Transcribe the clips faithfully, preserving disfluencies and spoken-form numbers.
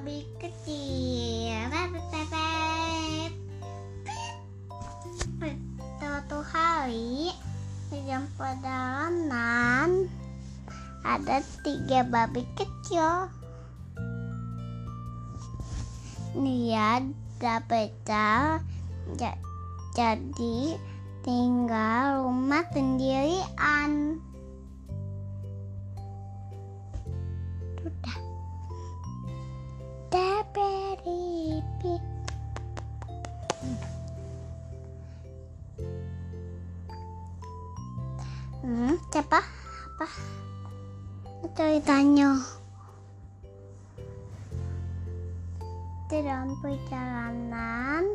babi kecil. Suatu hari di jam perjalanan ada tiga babi kecil. Dia dapat ja- jadi tinggal rumah sendirian. Sudah. Daperipi. Hmm, siapa? Apa? Ceritanya. Di dalam perjalanan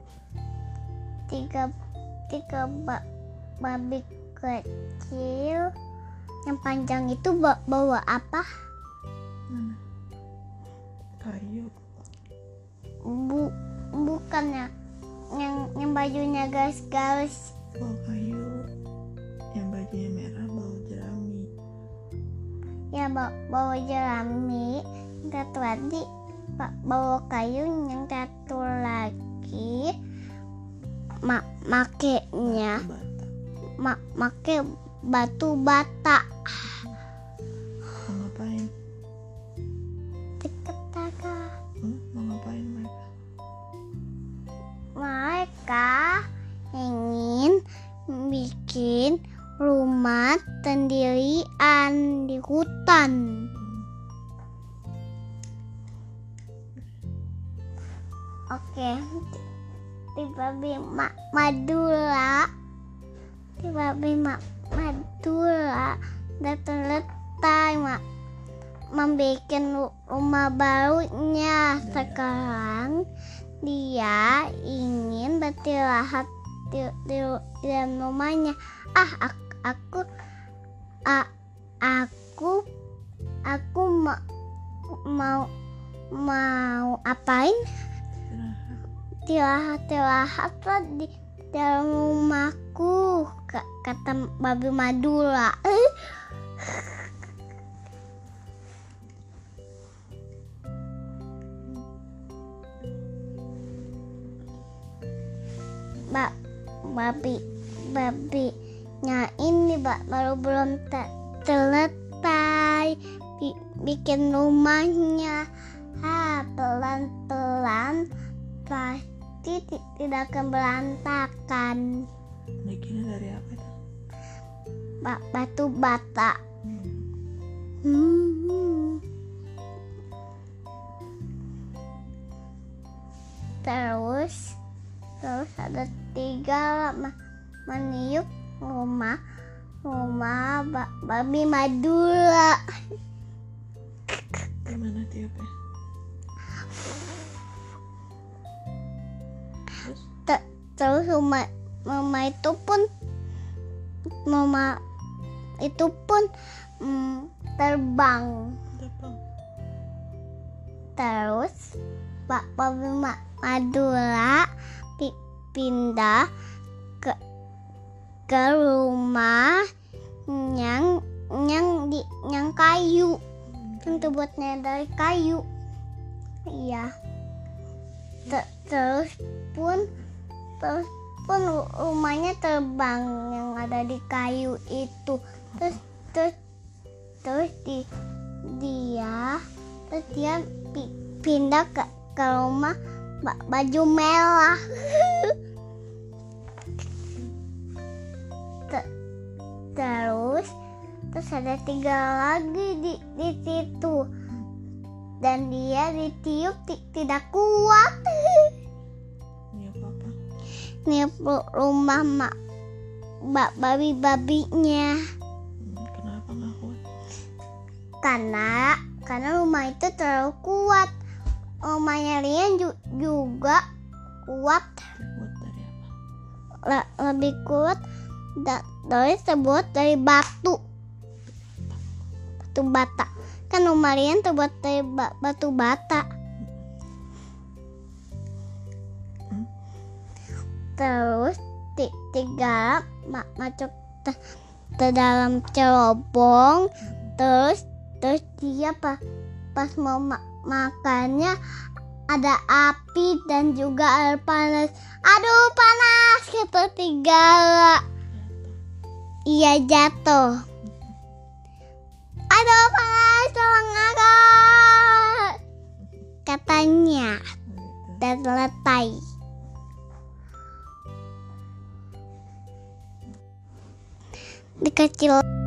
tiga tiga ba, babi kecil yang panjang itu bawa apa? Mana? Kayu. Bu, bukannya yang yang bajunya garis-garis. Bawa kayu. Yang bajunya merah bawa jerami. Ya bawa, bawa jerami. Satu lagi bawa kayu, yang satu lagi mak makainya mak make batu bata. Mau ngapain? Tiketaka. Hmm? Mau ngapain mereka? Mereka ingin bikin rumah sendirian di hutan. Oke, di babi ma Madura, di babi ma Madura udah selesai mak membuat rumah barunya. Sekarang dia ingin beristirahat di, di, di dalam rumahnya. Ah, aku aku ah, aku aku ma, mau mau apain? Istirahat-istirahatlah di dalam rumahku, kata babi Madura. Ba, babi babinya ini ba, baru belum selesai bikin rumahnya. Ha, pelan-pelan pasti tidak akan berantakan. Bikinnya dari apa itu? Ba, batu bata. Hmm. Hmm. Terus, terus ada tiga meniup rumah rumah ba, babi Madura. Gimana tiupnya? Terus? T- terus rumah rumah itu pun rumah itu pun mm, terbang. Terbang. Terus Pak Babi Madura pi- pindah ke ke rumah yang yang di yang kayu, yang terbuatnya dari kayu. Iya. T- terus pun terus pun rumahnya terbang yang ada di kayu itu. Terus terus terus di dia terus dia pi- pindah ke ke rumah ba- baju merah. T- terus terus ada tiga lagi di di situ. Dan dia ditiup t- tidak kuat. Ini apa? Niup rumah mak ba- babi-babinya. Hmm, kenapa nggak kuat? Karena karena rumah itu terlalu kuat. Rumahnya Rian ju- juga kuat. Terbuat dari apa? Le- lebih kuat da- dari terbuat dari batu. Batu bata. Kan rumah Rian terbuat dari ba- batu bata. Hmm? Terus ti- tiga ma- masuk ke, ke dalam cerobong. Terus terus dia pa, pas mau ma- makanya ada api dan juga air panas. Aduh panas seperti gala. Ia jatuh. Aduh panas tolong aku, katanya, dan selesai. Dikecil